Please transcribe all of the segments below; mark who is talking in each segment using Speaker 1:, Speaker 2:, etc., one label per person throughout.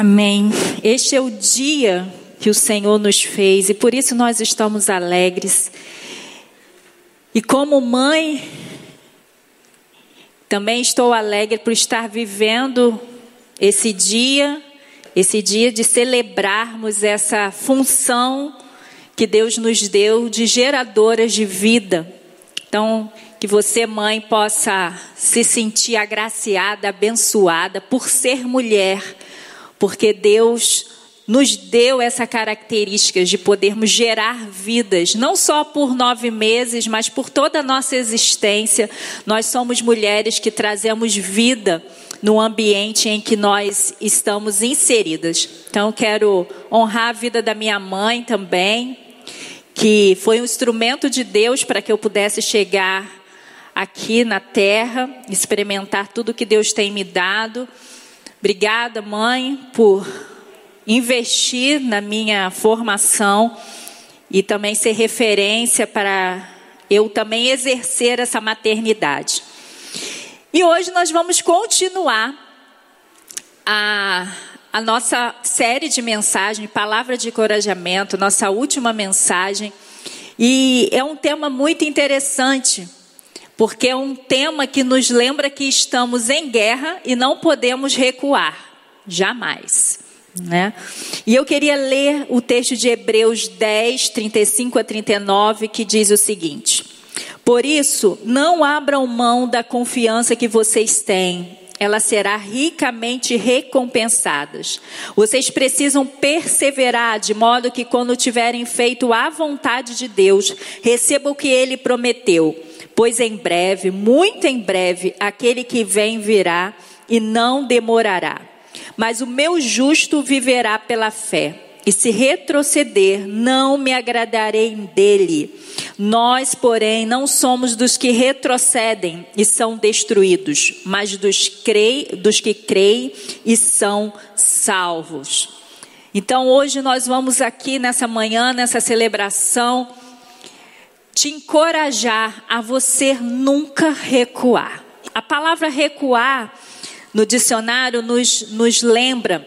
Speaker 1: Amém. Este é o dia que o Senhor nos fez e por isso nós estamos alegres. E como mãe, também estou alegre por estar vivendo esse dia de celebrarmos essa função que Deus nos deu de geradoras de vida. Então, que você, mãe, possa se sentir agraciada, abençoada por ser mulher, porque Deus nos deu essa característica de podermos gerar vidas, não só por 9 meses, mas por toda a nossa existência. Nós somos mulheres que trazemos vida no ambiente em que nós estamos inseridas. Então, quero honrar a vida da minha mãe também, que foi um instrumento de Deus para que eu pudesse chegar aqui na terra, experimentar tudo que Deus tem me dado. Obrigada, mãe, por investir na minha formação e também ser referência para eu também exercer essa maternidade. E hoje nós vamos continuar a nossa série de mensagens, Palavra de Encorajamento, nossa última mensagem. E é um tema muito interessante, porque é um tema que nos lembra que estamos em guerra e não podemos recuar, jamais, né? E eu queria ler o texto de Hebreus 10, 35 a 39, que diz o seguinte: por isso, não abram mão da confiança que vocês têm, ela será ricamente recompensada. Vocês precisam perseverar, de modo que quando tiverem feito a vontade de Deus, recebam o que Ele prometeu. Pois em breve, muito em breve, aquele que vem virá e não demorará. Mas o meu justo viverá pela fé. E se retroceder, não me agradarei dele. Nós, porém, não somos dos que retrocedem e são destruídos, mas dos que creem e são salvos. Então, hoje nós vamos aqui nessa manhã, nessa celebração, te encorajar a você nunca recuar. A palavra recuar no dicionário nos lembra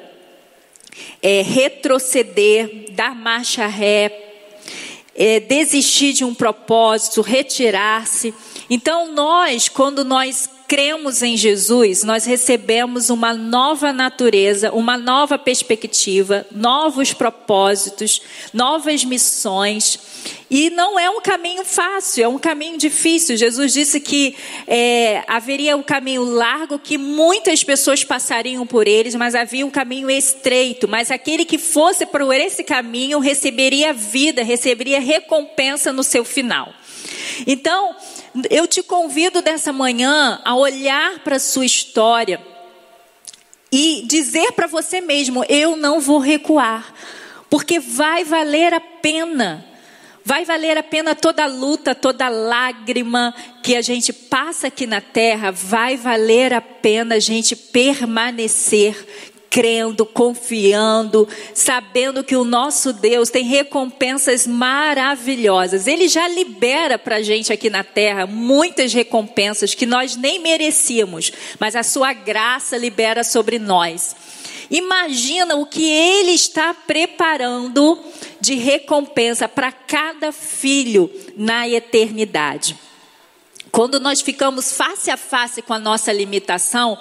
Speaker 1: retroceder, dar marcha ré, desistir de um propósito, retirar-se. Então quando nós cremos em Jesus, nós recebemos uma nova natureza, uma nova perspectiva, novos propósitos, novas missões. E não é um caminho fácil, é um caminho difícil. Jesus disse que haveria um caminho largo, que muitas pessoas passariam por eles, mas havia um caminho estreito. Mas aquele que fosse por esse caminho receberia vida, receberia recompensa no seu final. Então, eu te convido dessa manhã a olhar para a sua história e dizer para você mesmo: eu não vou recuar, porque vai valer a pena. Vai valer a pena toda luta, toda lágrima que a gente passa aqui na terra. Vai valer a pena a gente permanecer crendo, confiando, sabendo que o nosso Deus tem recompensas maravilhosas. Ele já libera para a gente aqui na terra muitas recompensas que nós nem merecíamos, mas a sua graça libera sobre nós. Imagina o que Ele está preparando de recompensa para cada filho na eternidade. Quando nós ficamos face a face com a nossa limitação,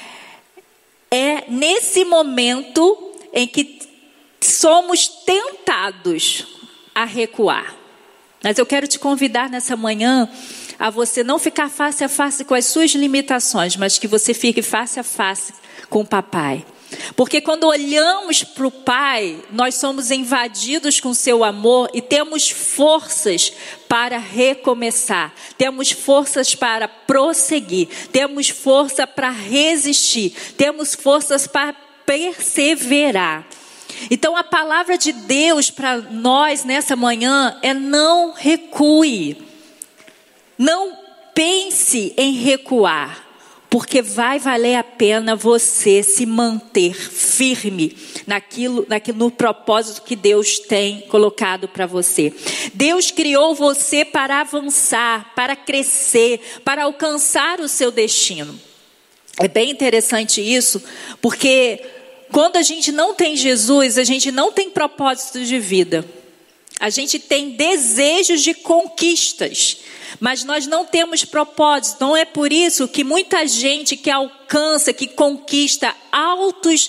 Speaker 1: é nesse momento em que somos tentados a recuar. Mas eu quero te convidar nessa manhã a você não ficar face a face com as suas limitações, mas que você fique face a face com o papai. Porque quando olhamos para o Pai, nós somos invadidos com seu amor e temos forças para recomeçar, temos forças para prosseguir, temos força para resistir, temos forças para perseverar. Então a palavra de Deus para nós nessa manhã é: não recue, não pense em recuar. Porque vai valer a pena você se manter firme no propósito que Deus tem colocado para você. Deus criou você para avançar, para crescer, para alcançar o seu destino. É bem interessante isso, porque quando a gente não tem Jesus, a gente não tem propósito de vida. A gente tem desejos de conquistas, mas nós não temos propósito. Não é por isso que muita gente que alcança, que conquista altos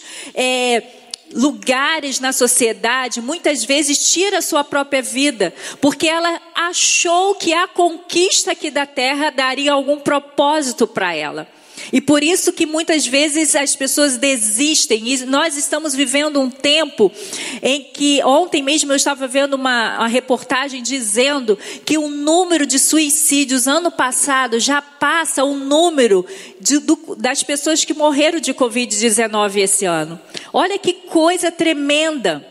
Speaker 1: lugares na sociedade, muitas vezes tira a sua própria vida, porque ela achou que a conquista aqui da terra daria algum propósito para ela. E por isso que muitas vezes as pessoas desistem. E nós estamos vivendo um tempo em que, ontem mesmo eu estava vendo uma reportagem dizendo que o número de suicídios ano passado já passa o número das pessoas que morreram de Covid-19 esse ano. Olha que coisa tremenda.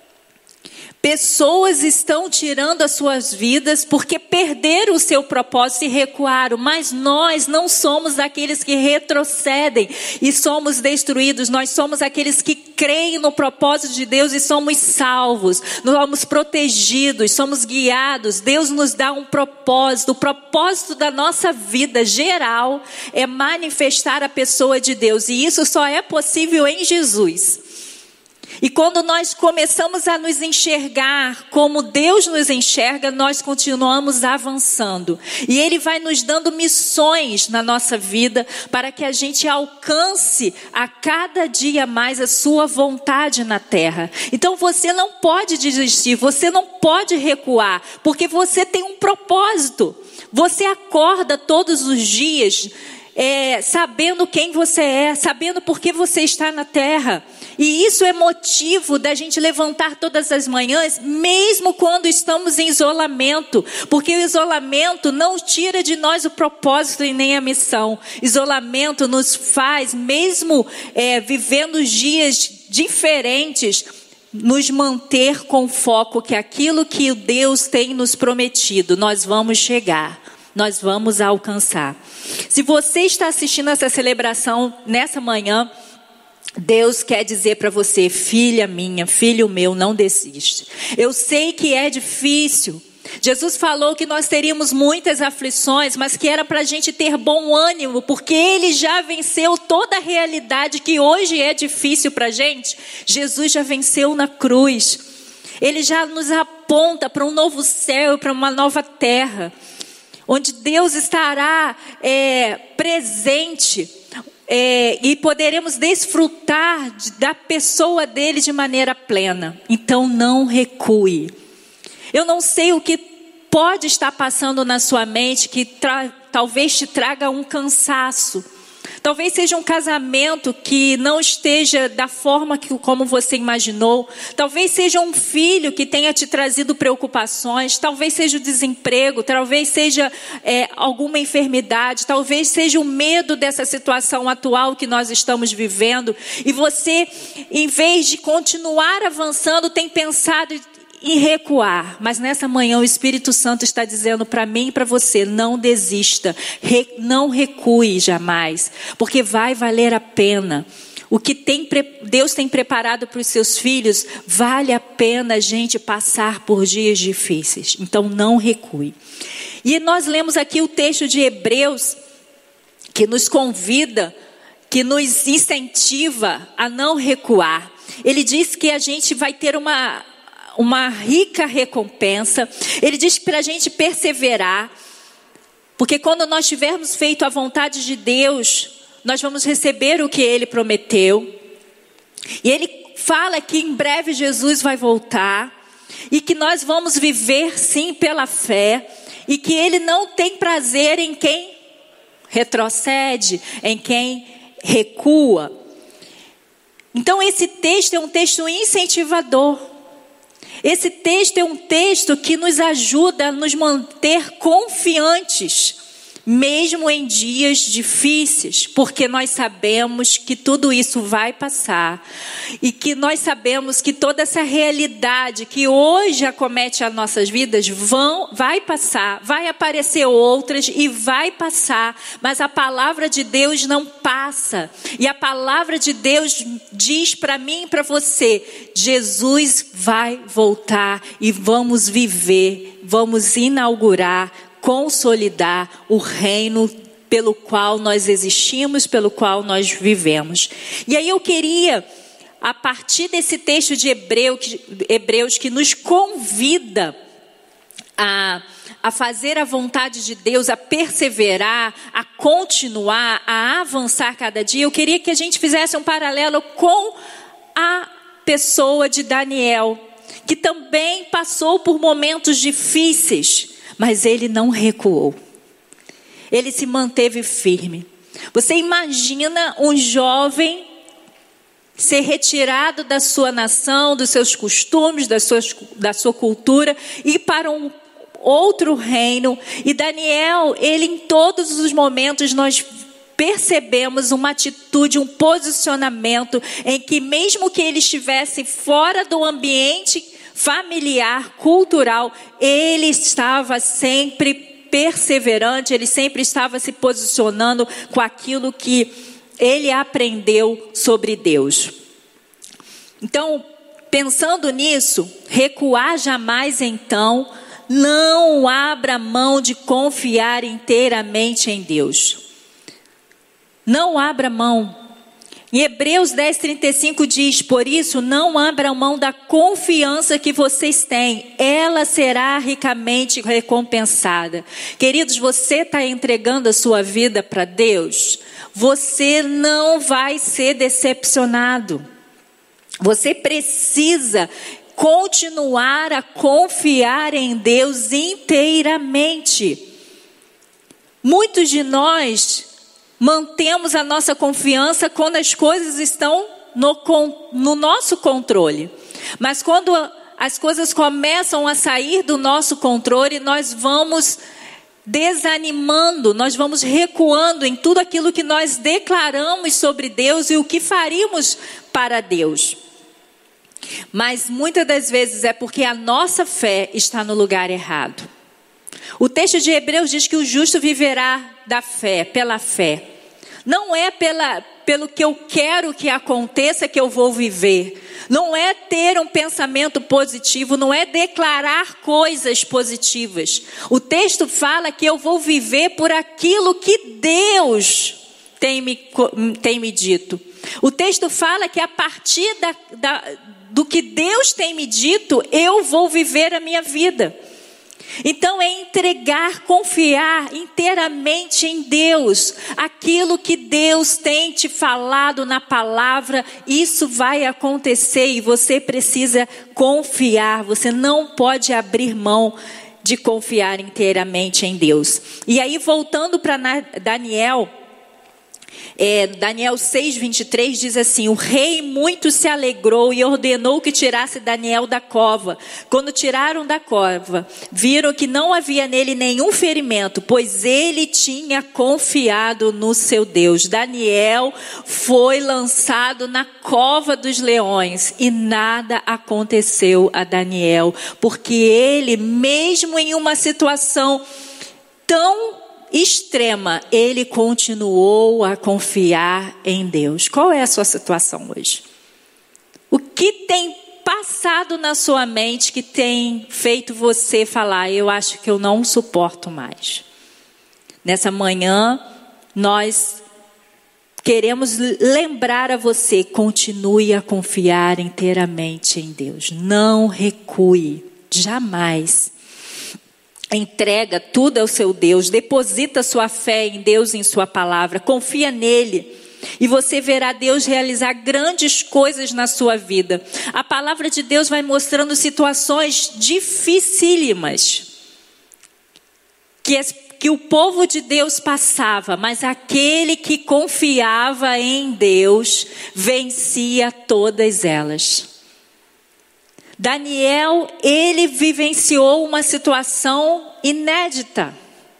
Speaker 1: Pessoas estão tirando as suas vidas porque perderam o seu propósito e recuaram. Mas nós não somos aqueles que retrocedem e somos destruídos. Nós somos aqueles que creem no propósito de Deus e somos salvos. Somos protegidos, somos guiados. Deus nos dá um propósito. O propósito da nossa vida geral é manifestar a pessoa de Deus. E isso só é possível em Jesus. E quando nós começamos a nos enxergar como Deus nos enxerga, nós continuamos avançando. E Ele vai nos dando missões na nossa vida para que a gente alcance a cada dia mais a sua vontade na terra. Então você não pode desistir, você não pode recuar, porque você tem um propósito. Você acorda todos os dias sabendo quem você é, sabendo por que você está na terra. E isso é motivo da gente levantar todas as manhãs, mesmo quando estamos em isolamento. Porque o isolamento não tira de nós o propósito e nem a missão. Isolamento nos faz, mesmo vivendo dias diferentes, nos manter com foco que aquilo que Deus tem nos prometido, nós vamos chegar. Nós vamos alcançar. Se você está assistindo essa celebração nessa manhã, Deus quer dizer para você: filha minha, filho meu, não desiste. Eu sei que é difícil. Jesus falou que nós teríamos muitas aflições, mas que era para a gente ter bom ânimo, porque Ele já venceu toda a realidade que hoje é difícil para a gente. Jesus já venceu na cruz. Ele já nos aponta para um novo céu, para uma nova terra, onde Deus estará presente e poderemos desfrutar da pessoa dele de maneira plena. Então não recue. Eu não sei o que pode estar passando na sua mente que talvez te traga um cansaço. Talvez seja um casamento que não esteja da forma como você imaginou. Talvez seja um filho que tenha te trazido preocupações. Talvez seja o desemprego. Talvez seja alguma enfermidade. Talvez seja o medo dessa situação atual que nós estamos vivendo. E você, em vez de continuar avançando, tem pensado em recuar. Mas nessa manhã o Espírito Santo está dizendo para mim e para você: não desista, não recue jamais, porque vai valer a pena. O que Deus tem preparado para os seus filhos, vale a pena a gente passar por dias difíceis. Então não recue. E nós lemos aqui o texto de Hebreus, que nos convida, que nos incentiva a não recuar. Ele diz que a gente vai ter uma rica recompensa. Ele diz para a gente perseverar, porque quando nós tivermos feito a vontade de Deus, nós vamos receber o que Ele prometeu. E Ele fala que em breve Jesus vai voltar, e que nós vamos viver sim pela fé, e que Ele não tem prazer em quem retrocede, em quem recua. Então esse texto é um texto incentivador. Esse texto é um texto que nos ajuda a nos manter confiantes, mesmo em dias difíceis, porque nós sabemos que tudo isso vai passar, e que nós sabemos que toda essa realidade que hoje acomete as nossas vidas vai passar, vai aparecer outras e vai passar, mas a palavra de Deus não passa. E a palavra de Deus diz para mim e para você: Jesus vai voltar e vamos viver, vamos inaugurar, consolidar o reino pelo qual nós existimos, pelo qual nós vivemos. E aí eu queria a partir desse texto de Hebreus que nos convida a fazer a vontade de Deus, a perseverar, a continuar, a avançar cada dia, eu queria que a gente fizesse um paralelo com a pessoa de Daniel, que também passou por momentos difíceis, mas ele não recuou. Ele se manteve firme. Você imagina um jovem ser retirado da sua nação, dos seus costumes, da sua cultura, e ir para um outro reino. E Daniel, ele em todos os momentos nós percebemos uma atitude, um posicionamento em que mesmo que ele estivesse fora do ambiente familiar, cultural, ele estava sempre perseverante, ele sempre estava se posicionando com aquilo que ele aprendeu sobre Deus. Então, pensando nisso, recuar jamais então, não abra mão de confiar inteiramente em Deus. Não abra mão. Em Hebreus 10:35 diz: por isso não abra mão da confiança que vocês têm, ela será ricamente recompensada. Queridos, você está entregando a sua vida para Deus, você não vai ser decepcionado. Você precisa continuar a confiar em Deus inteiramente. Muitos de nós mantemos a nossa confiança quando as coisas estão no nosso controle. Mas quando as coisas começam a sair do nosso controle, nós vamos desanimando, nós vamos recuando em tudo aquilo que nós declaramos sobre Deus e o que faríamos para Deus. Mas muitas das vezes é porque a nossa fé está no lugar errado. O texto de Hebreus diz que o justo viverá da fé, pela fé. Não é pelo que eu quero que aconteça que eu vou viver. Não é ter um pensamento positivo, não é declarar coisas positivas. O texto fala que eu vou viver por aquilo que Deus tem me dito. O texto fala que a partir do que Deus tem me dito, eu vou viver a minha vida. Então é entregar, confiar inteiramente em Deus. Aquilo que Deus tem te falado na palavra, isso vai acontecer e você precisa confiar. Você não pode abrir mão de confiar inteiramente em Deus. E aí voltando para Daniel, Daniel 6:23 diz assim: o rei muito se alegrou e ordenou que tirasse Daniel da cova. Quando tiraram da cova, viram que não havia nele nenhum ferimento, pois ele tinha confiado no seu Deus. Daniel foi lançado na cova dos leões e nada aconteceu a Daniel, porque ele, mesmo em uma situação tão extrema, ele continuou a confiar em Deus. Qual é a sua situação hoje? O que tem passado na sua mente que tem feito você falar: eu acho que eu não suporto mais? Nessa manhã, nós queremos lembrar a você: continue a confiar inteiramente em Deus. Não recue, jamais. Entrega tudo ao seu Deus, deposita sua fé em Deus, em sua palavra, confia nele e você verá Deus realizar grandes coisas na sua vida. A palavra de Deus vai mostrando situações dificílimas que o povo de Deus passava, mas aquele que confiava em Deus vencia todas elas. Daniel, ele vivenciou uma situação inédita.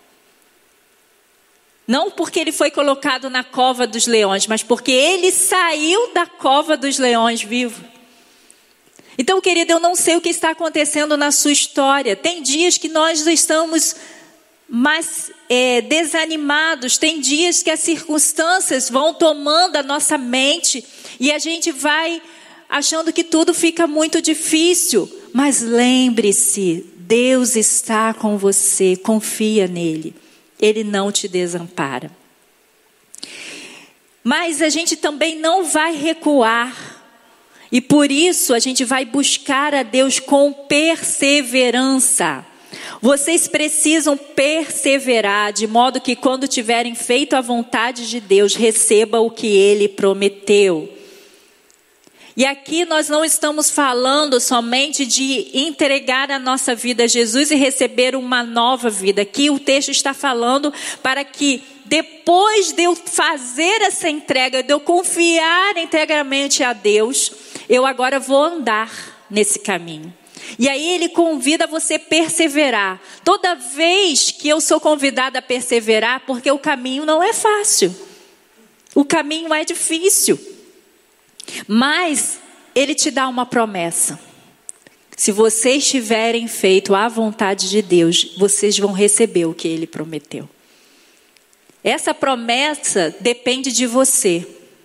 Speaker 1: Não porque ele foi colocado na cova dos leões, mas porque ele saiu da cova dos leões vivo. Então, querido, eu não sei o que está acontecendo na sua história. Tem dias que nós estamos mais desanimados. Tem dias que as circunstâncias vão tomando a nossa mente e a gente vai achando que tudo fica muito difícil. Mas lembre-se, Deus está com você, confia nele. Ele não te desampara. Mas a gente também não vai recuar E por isso a gente vai buscar a Deus com perseverança. Vocês precisam perseverar, de modo que quando tiverem feito a vontade de Deus, receba o que Ele prometeu. E aqui nós não estamos falando somente de entregar a nossa vida a Jesus e receber uma nova vida. Aqui o texto está falando para que depois de eu fazer essa entrega, de eu confiar integralmente a Deus, eu agora vou andar nesse caminho. E aí ele convida você a perseverar. Toda vez que eu sou convidada a perseverar, porque o caminho não é fácil. O caminho é difícil. Mas ele te dá uma promessa. Se vocês tiverem feito a vontade de Deus, vocês vão receber o que ele prometeu. Essa promessa depende de você.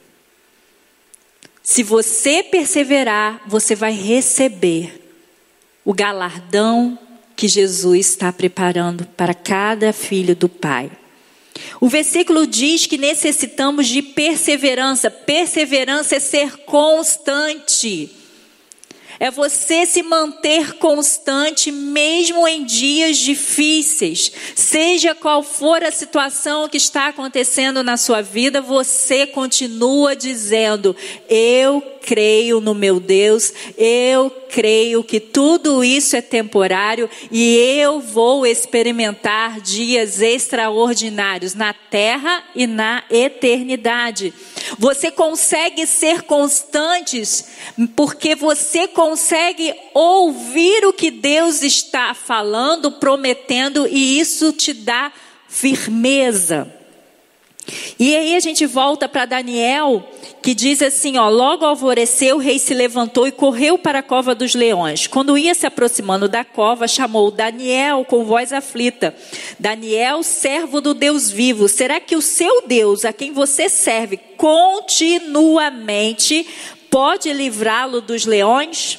Speaker 1: Se você perseverar, você vai receber o galardão que Jesus está preparando para cada filho do Pai. O versículo diz que necessitamos de perseverança. Perseverança é ser constante. É você se manter constante mesmo em dias difíceis. Seja qual for a situação que está acontecendo na sua vida, você continua dizendo: eu creio no meu Deus, eu creio que tudo isso é temporário e eu vou experimentar dias extraordinários na terra e na eternidade. Você consegue ser constantes porque você consegue ouvir o que Deus está falando, prometendo, e isso te dá firmeza. E aí a gente volta para Daniel, que diz assim, logo ao alvorecer o rei se levantou e correu para a cova dos leões. Quando ia se aproximando da cova, chamou Daniel com voz aflita. Daniel, servo do Deus vivo, será que o seu Deus, a quem você serve continuamente, pode livrá-lo dos leões?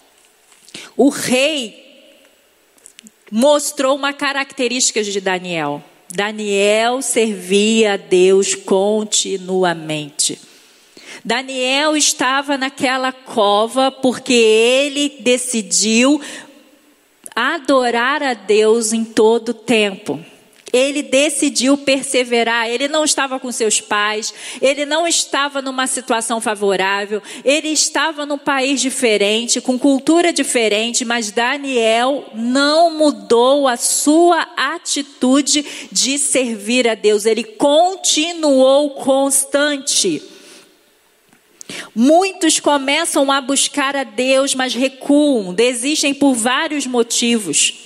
Speaker 1: O rei mostrou uma característica de Daniel. Daniel servia a Deus continuamente. Daniel estava naquela cova porque ele decidiu adorar a Deus em todo tempo. Ele decidiu perseverar. Ele não estava com seus pais, ele não estava numa situação favorável, ele estava num país diferente, com cultura diferente, mas Daniel não mudou a sua atitude de servir a Deus. Ele continuou constante. Muitos começam a buscar a Deus, mas recuam, desistem por vários motivos.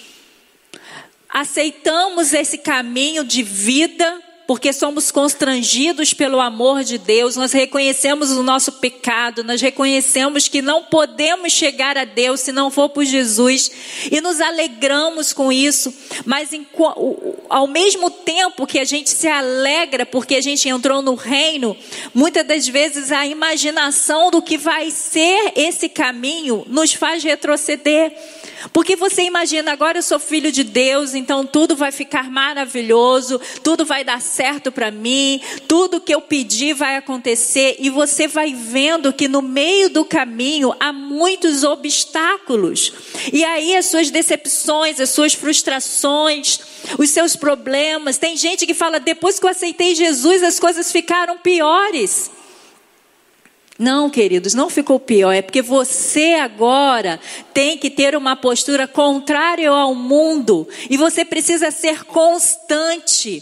Speaker 1: Aceitamos esse caminho de vida porque somos constrangidos pelo amor de Deus. Nós reconhecemos o nosso pecado, nós reconhecemos que não podemos chegar a Deus se não for por Jesus e nos alegramos com isso. Mas ao mesmo tempo que a gente se alegra porque a gente entrou no reino, muitas das vezes a imaginação do que vai ser esse caminho nos faz retroceder. Porque você imagina, agora eu sou filho de Deus, então tudo vai ficar maravilhoso, tudo vai dar certo para mim, tudo que eu pedir vai acontecer, e você vai vendo que no meio do caminho há muitos obstáculos. E aí as suas decepções, as suas frustrações, os seus problemas. Tem gente que fala, depois que eu aceitei Jesus as coisas ficaram piores. Não, queridos, não ficou pior, é porque você agora tem que ter uma postura contrária ao mundo, e você precisa ser constante.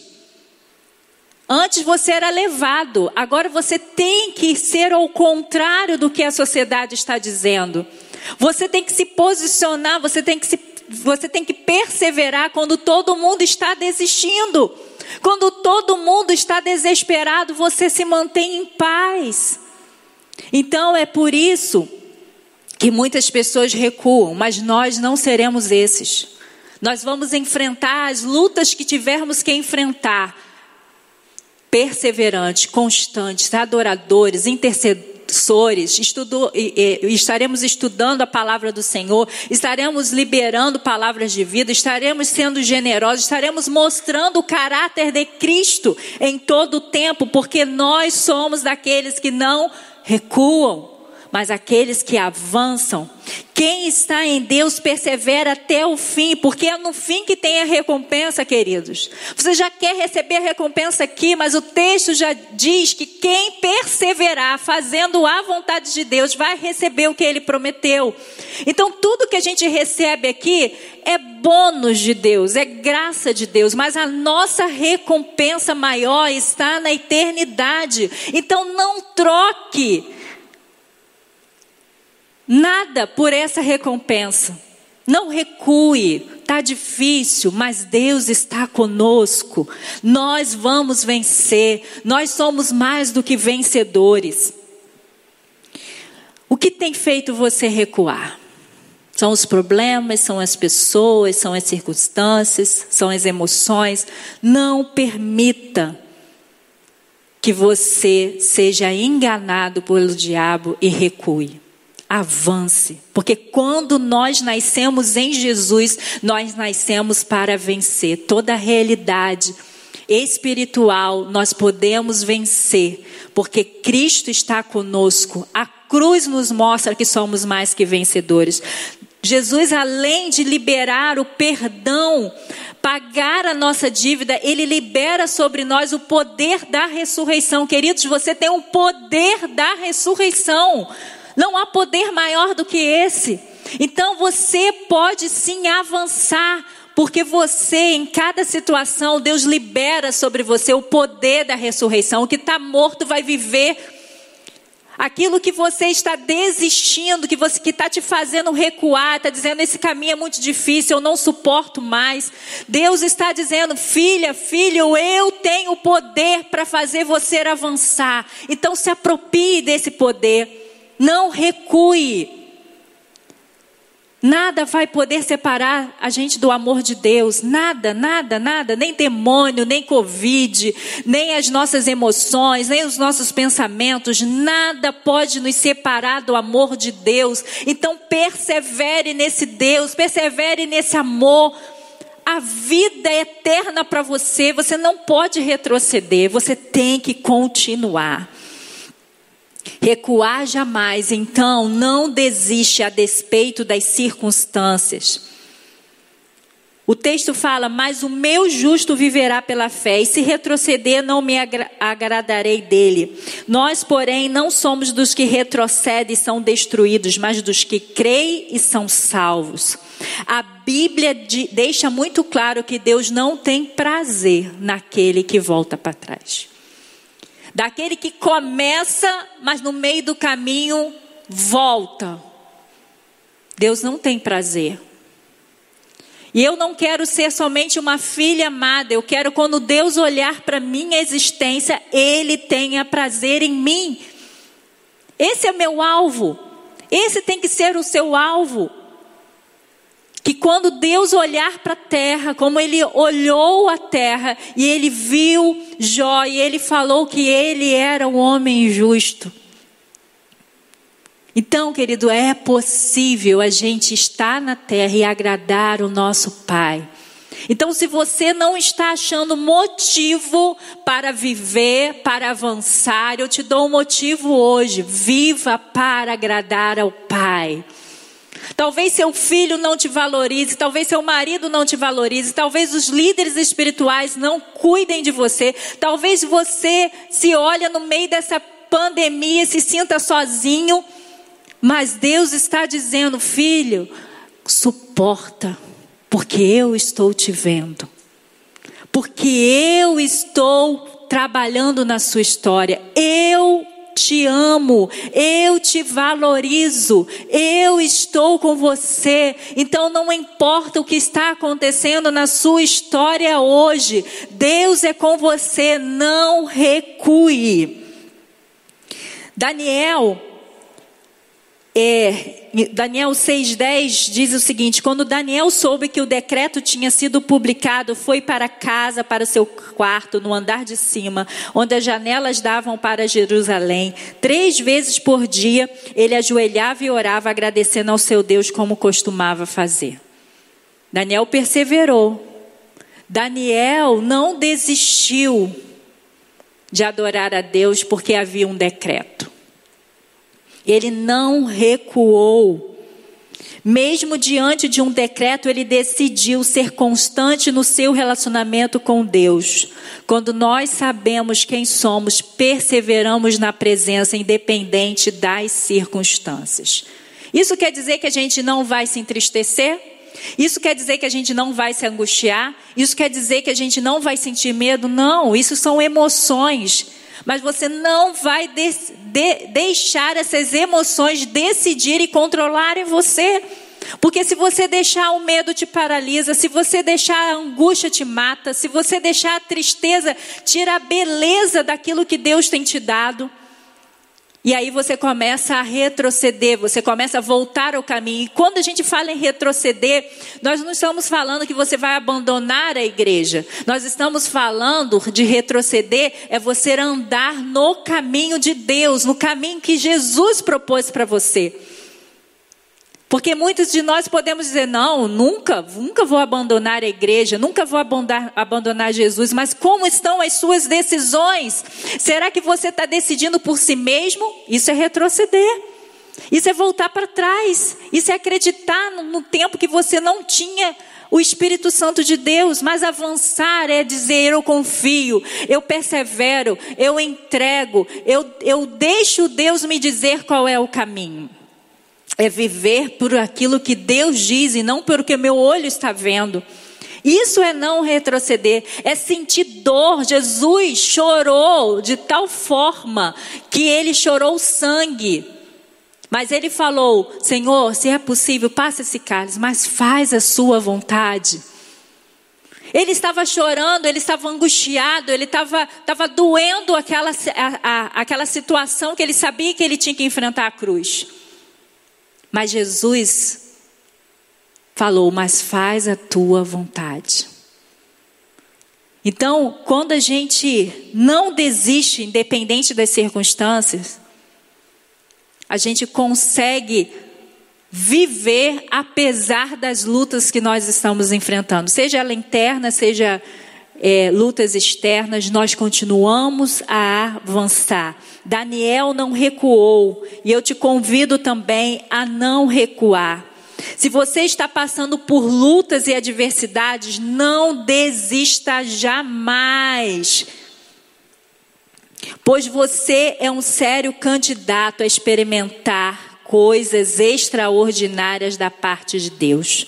Speaker 1: Antes você era levado, agora você tem que ser ao contrário do que a sociedade está dizendo. Você tem que se posicionar, você tem que perseverar quando todo mundo está desistindo. Quando todo mundo está desesperado, você se mantém em paz. Então é por isso que muitas pessoas recuam, mas nós não seremos esses. Nós vamos enfrentar as lutas que tivermos que enfrentar, perseverantes, constantes, adoradores, intercessores. Estaremos estudando a palavra do Senhor, estaremos liberando palavras de vida, estaremos sendo generosos, estaremos mostrando o caráter de Cristo em todo o tempo, porque nós somos daqueles que não recuam, mas aqueles que avançam. Quem está em Deus persevera até o fim, porque é no fim que tem a recompensa, queridos. Você já quer receber a recompensa aqui, mas o texto já diz que quem perseverar fazendo a vontade de Deus vai receber o que Ele prometeu. Então tudo que a gente recebe aqui é bônus de Deus, é graça de Deus, mas a nossa recompensa maior está na eternidade. Então não troque nada por essa recompensa. Não recue. Está difícil, mas Deus está conosco. Nós vamos vencer. Nós somos mais do que vencedores. O que tem feito você recuar? São os problemas, são as pessoas, são as circunstâncias, são as emoções. Não permita que você seja enganado pelo diabo e recue. Avance, porque quando nós nascemos em Jesus, nós nascemos para vencer. Toda a realidade espiritual nós podemos vencer, porque Cristo está conosco. A cruz nos mostra que somos mais que vencedores. Jesus, além de liberar o perdão, pagar a nossa dívida, Ele libera sobre nós o poder da ressurreição. Queridos, você tem o poder da ressurreição. Não há poder maior do que esse. Então você pode sim avançar, porque você, em cada situação, Deus libera sobre você o poder da ressurreição. O que está morto vai viver. Aquilo que você está desistindo, que está te fazendo recuar, está dizendo, esse caminho é muito difícil, eu não suporto mais. Deus está dizendo, filha, filho, eu tenho o poder para fazer você avançar. Então se aproprie desse poder. Não recue. Nada vai poder separar a gente do amor de Deus. Nada, nada, nada. Nem demônio, nem Covid, nem as nossas emoções, nem os nossos pensamentos. Nada pode nos separar do amor de Deus. Então persevere nesse Deus, persevere nesse amor. A vida é eterna para você. Você não pode retroceder. Você tem que continuar. Recuar jamais, então não desiste a despeito das circunstâncias. O texto fala, mas o meu justo viverá pela fé, e se retroceder não me agradarei dele. Nós, porém, não somos dos que retrocedem e são destruídos, mas dos que creem e são salvos. A Bíblia deixa muito claro que Deus não tem prazer naquele que volta para trás. Daquele que começa, mas no meio do caminho volta. Deus não tem prazer. E eu não quero ser somente uma filha amada. Eu quero, quando Deus olhar para minha existência, Ele tenha prazer em mim. Esse é o meu alvo. Esse tem que ser o seu alvo. Que quando Deus olhar para a terra, como Ele olhou a terra, e Ele viu Jó, e Ele falou que ele era um homem justo. Então, querido, é possível a gente estar na terra e agradar o nosso Pai. Então, se você não está achando motivo para viver, para avançar, eu te dou um motivo hoje. Viva para agradar ao Pai. Talvez seu filho não te valorize, talvez seu marido não te valorize, talvez os líderes espirituais não cuidem de você, talvez você se olhe no meio dessa pandemia e se sinta sozinho, mas Deus está dizendo, filho, suporta, porque eu estou te vendo, porque eu estou trabalhando na sua história, eu te amo, eu te valorizo, eu estou com você. Então não importa o que está acontecendo na sua história hoje, Deus é com você, não recue. Daniel 6:10 diz o seguinte, quando Daniel soube que o decreto tinha sido publicado, foi para casa, para o seu quarto, no andar de cima, onde as janelas davam para Jerusalém. 3 vezes por dia, ele ajoelhava e orava, agradecendo ao seu Deus, como costumava fazer. Daniel perseverou. Daniel não desistiu de adorar a Deus, porque havia um decreto. Ele não recuou. Mesmo diante de um decreto, ele decidiu ser constante no seu relacionamento com Deus. Quando nós sabemos quem somos, perseveramos na presença, independente das circunstâncias. Isso quer dizer que a gente não vai se entristecer? Isso quer dizer que a gente não vai se angustiar? Isso quer dizer que a gente não vai sentir medo? Não, isso são emoções. Mas você não vai deixar essas emoções decidirem e controlarem você. Porque se você deixar o medo te paralisa, se você deixar a angústia te mata, se você deixar a tristeza tira a beleza daquilo que Deus tem te dado. E aí você começa a retroceder, você começa a voltar ao caminho. E quando a gente fala em retroceder, nós não estamos falando que você vai abandonar a igreja. Nós estamos falando de retroceder, é você andar no caminho de Deus, no caminho que Jesus propôs para você. Porque muitos de nós podemos dizer, não, nunca vou abandonar a igreja, nunca vou abandonar Jesus. Mas como estão as suas decisões? Será que você está decidindo por si mesmo? Isso é retroceder. Isso é voltar para trás. Isso é acreditar no tempo que você não tinha o Espírito Santo de Deus. Mas avançar é dizer, eu confio, eu persevero, eu entrego, eu deixo Deus me dizer qual é o caminho. É viver por aquilo que Deus diz e não pelo que meu olho está vendo. Isso é não retroceder, é sentir dor. Jesus chorou de tal forma que ele chorou sangue. Mas ele falou, Senhor, se é possível, passa esse cálice, mas faz a sua vontade. Ele estava chorando, ele estava angustiado, ele estava doendo aquela situação que ele sabia que ele tinha que enfrentar a cruz. Mas Jesus falou, mas faz a tua vontade. Então, quando a gente não desiste, independente das circunstâncias, a gente consegue viver apesar das lutas que nós estamos enfrentando. Seja ela interna, seja lutas externas, nós continuamos a avançar. Daniel não recuou, e eu te convido também a não recuar. Se você está passando por lutas e adversidades, não desista jamais, pois você é um sério candidato a experimentar coisas extraordinárias da parte de Deus.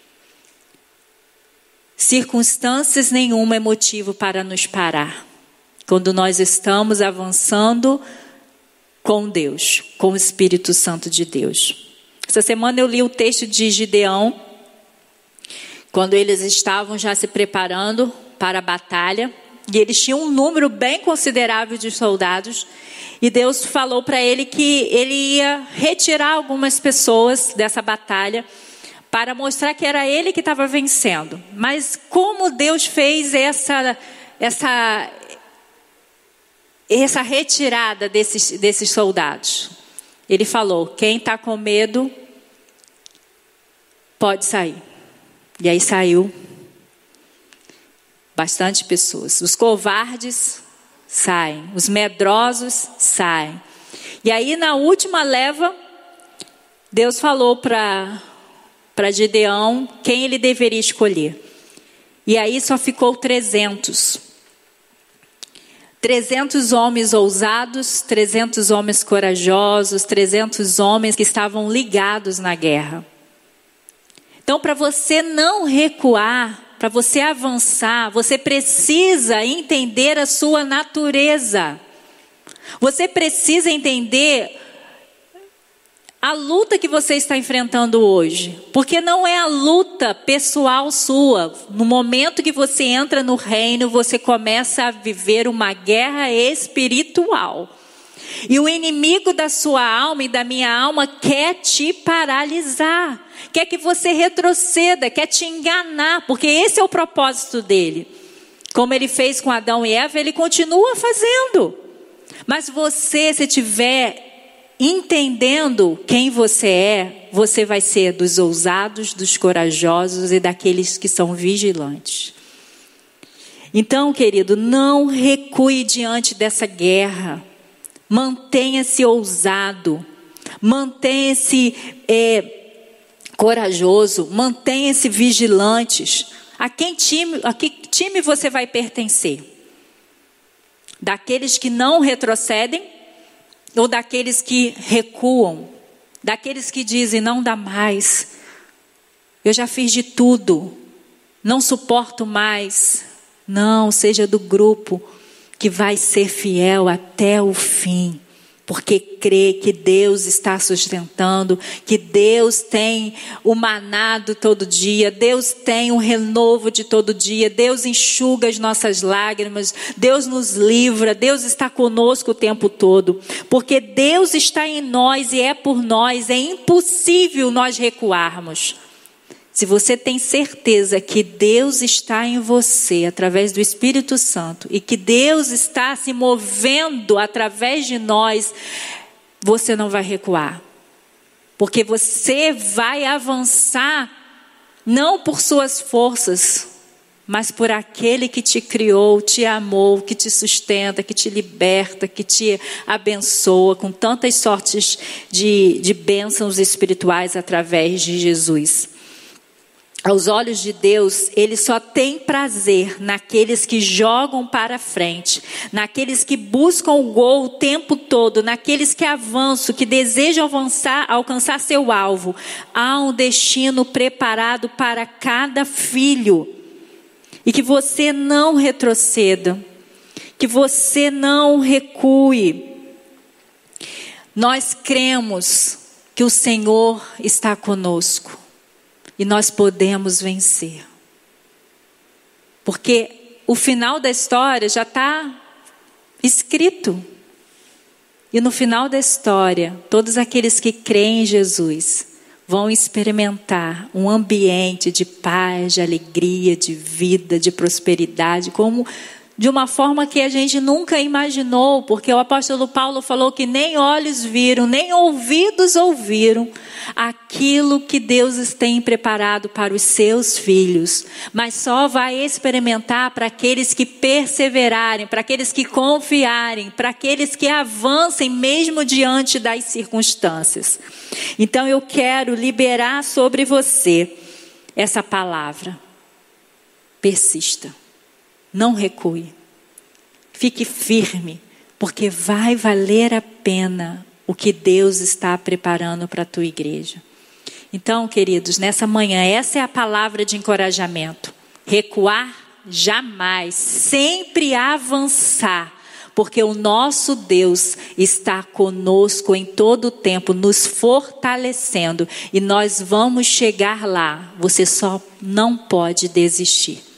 Speaker 1: Circunstâncias nenhuma é motivo para nos parar. Quando nós estamos avançando com Deus, com o Espírito Santo de Deus. Essa semana eu li o texto de Gideão, quando eles estavam já se preparando para a batalha, e eles tinham um número bem considerável de soldados, e Deus falou para ele que ele ia retirar algumas pessoas dessa batalha, para mostrar que era ele que estava vencendo. Mas como Deus fez essa retirada desses soldados? Ele falou, quem está com medo pode sair. E aí saiu bastante pessoas. Os covardes saem, os medrosos saem. E aí na última leva, Deus falou para Gideão quem ele deveria escolher. E aí só ficou 300. 300 homens ousados, 300 homens corajosos, 300 homens que estavam ligados na guerra. Então, para você não recuar, para você avançar, você precisa entender a sua natureza. Você precisa entender a luta que você está enfrentando hoje, porque não é a luta pessoal sua. No momento que você entra no reino, você começa a viver uma guerra espiritual. E o inimigo da sua alma e da minha alma quer te paralisar, quer que você retroceda, quer te enganar, porque esse é o propósito dele. Como ele fez com Adão e Eva, ele continua fazendo. Mas você, se tiver entendendo quem você vai ser dos ousados, dos corajosos e daqueles que são vigilantes. Então, querido, não recue diante dessa guerra. Mantenha-se ousado. mantenha-se corajoso, mantenha-se vigilantes. A que time você vai pertencer? Daqueles que não retrocedem ou daqueles que recuam? Daqueles que dizem, não dá mais, eu já fiz de tudo, não suporto mais. Não, seja do grupo que vai ser fiel até o fim, porque crê que Deus está sustentando, que Deus tem o manado todo dia, Deus tem o renovo de todo dia, Deus enxuga as nossas lágrimas, Deus nos livra, Deus está conosco o tempo todo, porque Deus está em nós e é por nós, é impossível nós recuarmos. Se você tem certeza que Deus está em você através do Espírito Santo e que Deus está se movendo através de nós, você não vai recuar. Porque você vai avançar não por suas forças, mas por aquele que te criou, te amou, que te sustenta, que te liberta, que te abençoa com tantas sortes de bênçãos espirituais através de Jesus. Aos olhos de Deus, Ele só tem prazer naqueles que jogam para frente, naqueles que buscam o gol o tempo todo, naqueles que avançam, que desejam alcançar seu alvo. Há um destino preparado para cada filho. E que você não retroceda, que você não recue. Nós cremos que o Senhor está conosco. E nós podemos vencer. Porque o final da história já está escrito. E no final da história, todos aqueles que creem em Jesus vão experimentar um ambiente de paz, de alegria, de vida, de prosperidade, como de uma forma que a gente nunca imaginou, porque o apóstolo Paulo falou que nem olhos viram, nem ouvidos ouviram aquilo que Deus tem preparado para os seus filhos, mas só vai experimentar para aqueles que perseverarem, para aqueles que confiarem, para aqueles que avancem mesmo diante das circunstâncias. Então eu quero liberar sobre você essa palavra: persista. Não recue, fique firme, porque vai valer a pena o que Deus está preparando para a tua igreja. Então, queridos, nessa manhã, essa é a palavra de encorajamento. Recuar jamais, sempre avançar, porque o nosso Deus está conosco em todo o tempo, nos fortalecendo, e nós vamos chegar lá. Você só não pode desistir.